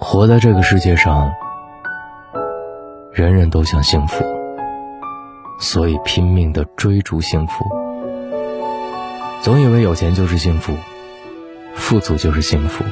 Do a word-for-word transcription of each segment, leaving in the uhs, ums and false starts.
活在这个世界上，人人都想幸福，所以拼命地追逐幸福。总以为有钱就是幸福，富足就是幸福。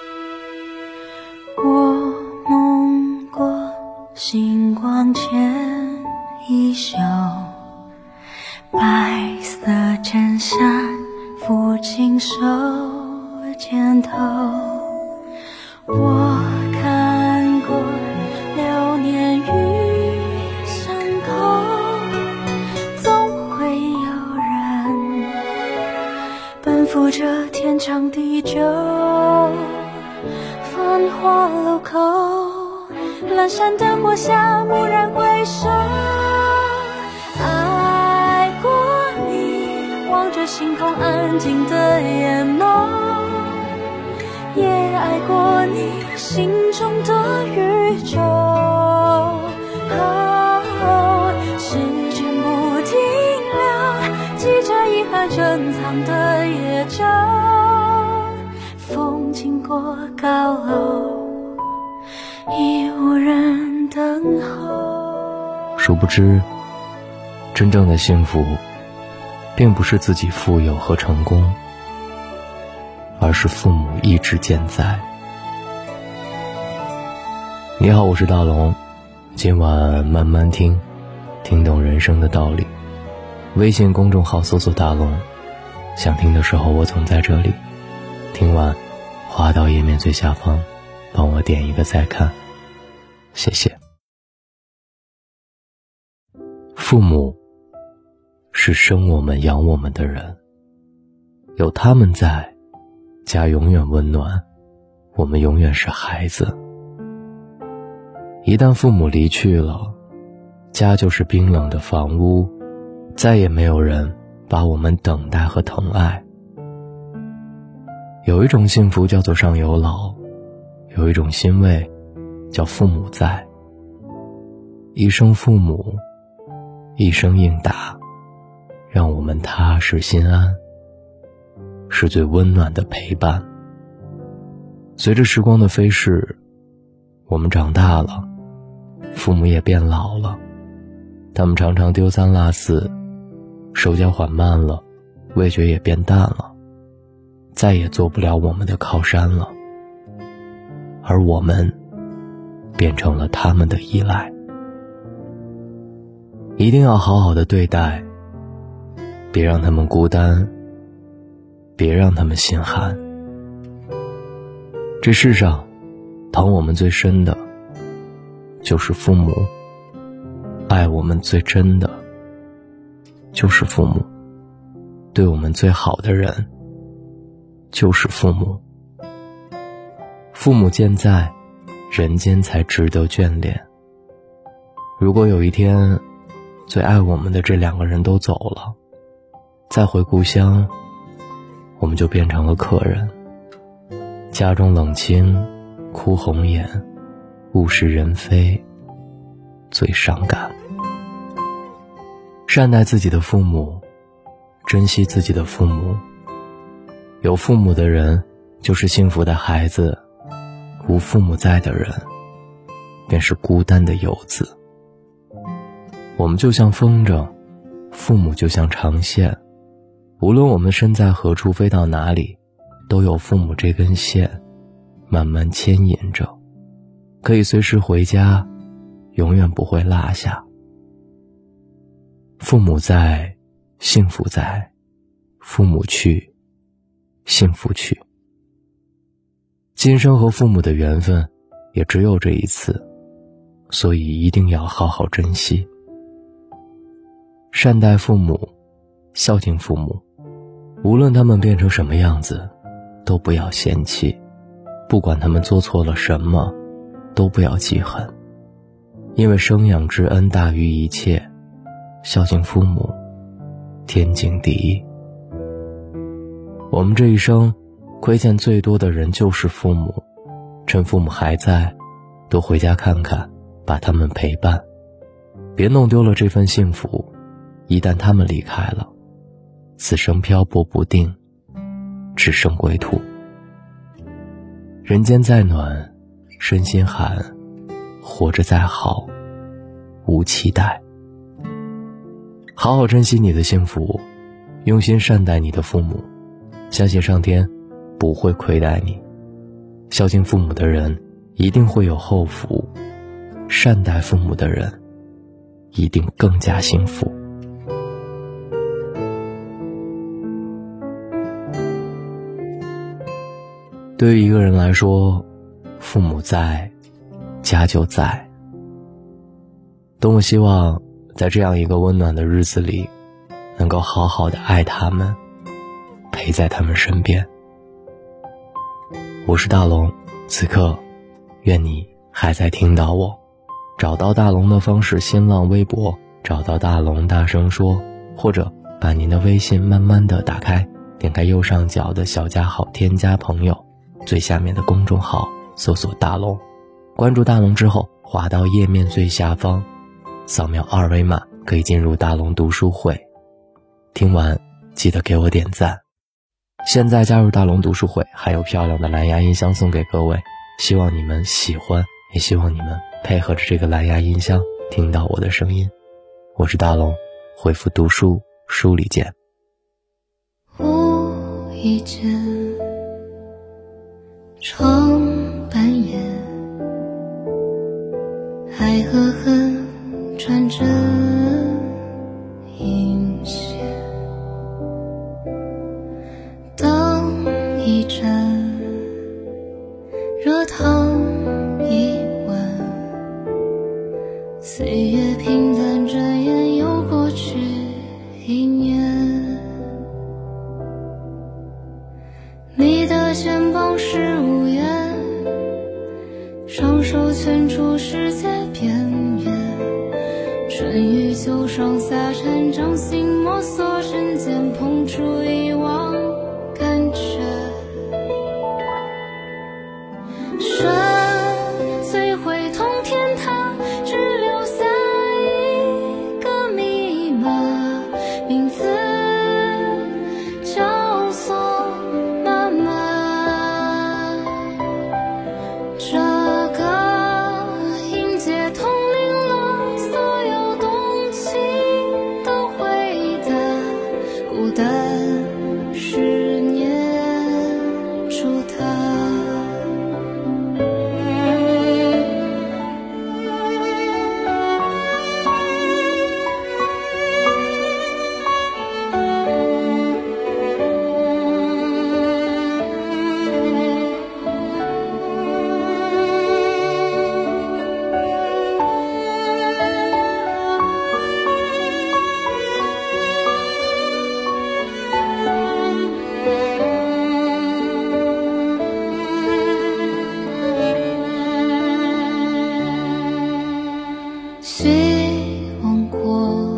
我梦过星光前一宿，白色衬衫抚琴手肩头，我看过流年与伤口，总会有人奔赴这天长地久。繁华路口，阑珊灯火下蓦然回首，爱过你，望着星空安静的眼眸，也爱过你心中的宇宙。哦，时间不停留，记着遗憾珍藏的野舟，风经过高楼，已无人等候。 殊不知，真正的幸福并不是自己富有和成功，而是父母一直健在。你好，我是大龙，今晚慢慢听，听懂人生的道理。微信公众号搜索大龙，想听的时候我总在这里。听完滑到页面最下方，帮我点一个再看，谢谢。父母是生我们养我们的人，有他们在，家永远温暖，我们永远是孩子。一旦父母离去了，家就是冰冷的房屋，再也没有人把我们等待和疼爱。有一种幸福叫做上有老，有一种欣慰叫父母在。一生父母，一生应答，让我们踏实心安，是最温暖的陪伴。随着时光的飞逝，我们长大了，父母也变老了，他们常常丢三落四，手脚缓慢了，味觉也变淡了，再也做不了我们的靠山了，而我们变成了他们的依赖。一定要好好的对待，别让他们孤单，别让他们心寒。这世上疼我们最深的就是父母，爱我们最真的就是父母，对我们最好的人就是父母。父母健在，人间才值得眷恋。如果有一天最爱我们的这两个人都走了，再回故乡，我们就变成了客人，家中冷清，哭红眼，物是人非，最伤感。善待自己的父母，珍惜自己的父母。有父母的人就是幸福的孩子，无父母在的人便是孤单的游子。我们就像风筝，父母就像长线，无论我们身在何处，飞到哪里，都有父母这根线慢慢牵引着，可以随时回家，永远不会落下。父母在，幸福在；父母去，幸福去。今生和父母的缘分也只有这一次，所以一定要好好珍惜。善待父母，孝敬父母，无论他们变成什么样子，都不要嫌弃，不管他们做错了什么，都不要记恨，因为生养之恩大于一切，孝敬父母天经地义。我们这一生亏欠最多的人就是父母，趁父母还在，多回家看看，把他们陪伴，别弄丢了这份幸福。一旦他们离开了，此生漂泊不定，只剩归途。人间再暖， 身心寒，活着再好，无期待。好好珍惜你的幸福，用心善待你的父母，相信上天不会亏待你。孝敬父母的人一定会有后福，善待父母的人一定更加幸福。对于一个人来说，父母在，家就在。多么希望在这样一个温暖的日子里，能够好好的爱他们，陪在他们身边。我是大龙，此刻愿你还在听到我。找到大龙的方式，新浪微博找到大龙大声说，或者把您的微信慢慢的打开，点开右上角的小加号，添加朋友，最下面的公众号搜索大龙，关注大龙之后滑到页面最下方，扫描二维码可以进入大龙读书会。听完记得给我点赞。现在加入大龙读书会，还有漂亮的蓝牙音箱送给各位，希望你们喜欢，也希望你们配合着这个蓝牙音箱听到我的声音。我是大龙，回复读书，书里见。 无意间窗半掩，爱和恨穿针引线，灯一盏，热汤一碗，岁月平淡，转眼又过去一年。你的肩膀是屋檐，双手圈出世界边缘，春雨秋霜洒成掌心，摸索针尖，碰出一汪感觉。山摧毁通天塔，只留下一个密码，名字叫做妈妈。这个音节统领了所有动情的回答，孤单是念出它。希望过，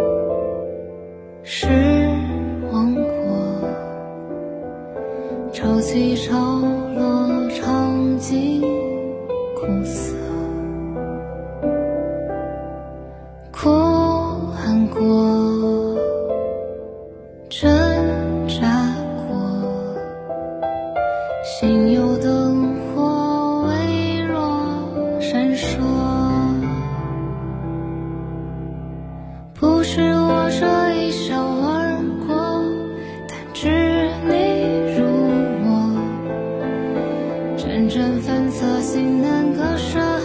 失望过，潮起潮落，场景苦涩，哭喊过，挣扎过，心有灯火微弱闪烁。不是我这一笑而过，但知你如我，辗转反侧，心难割舍。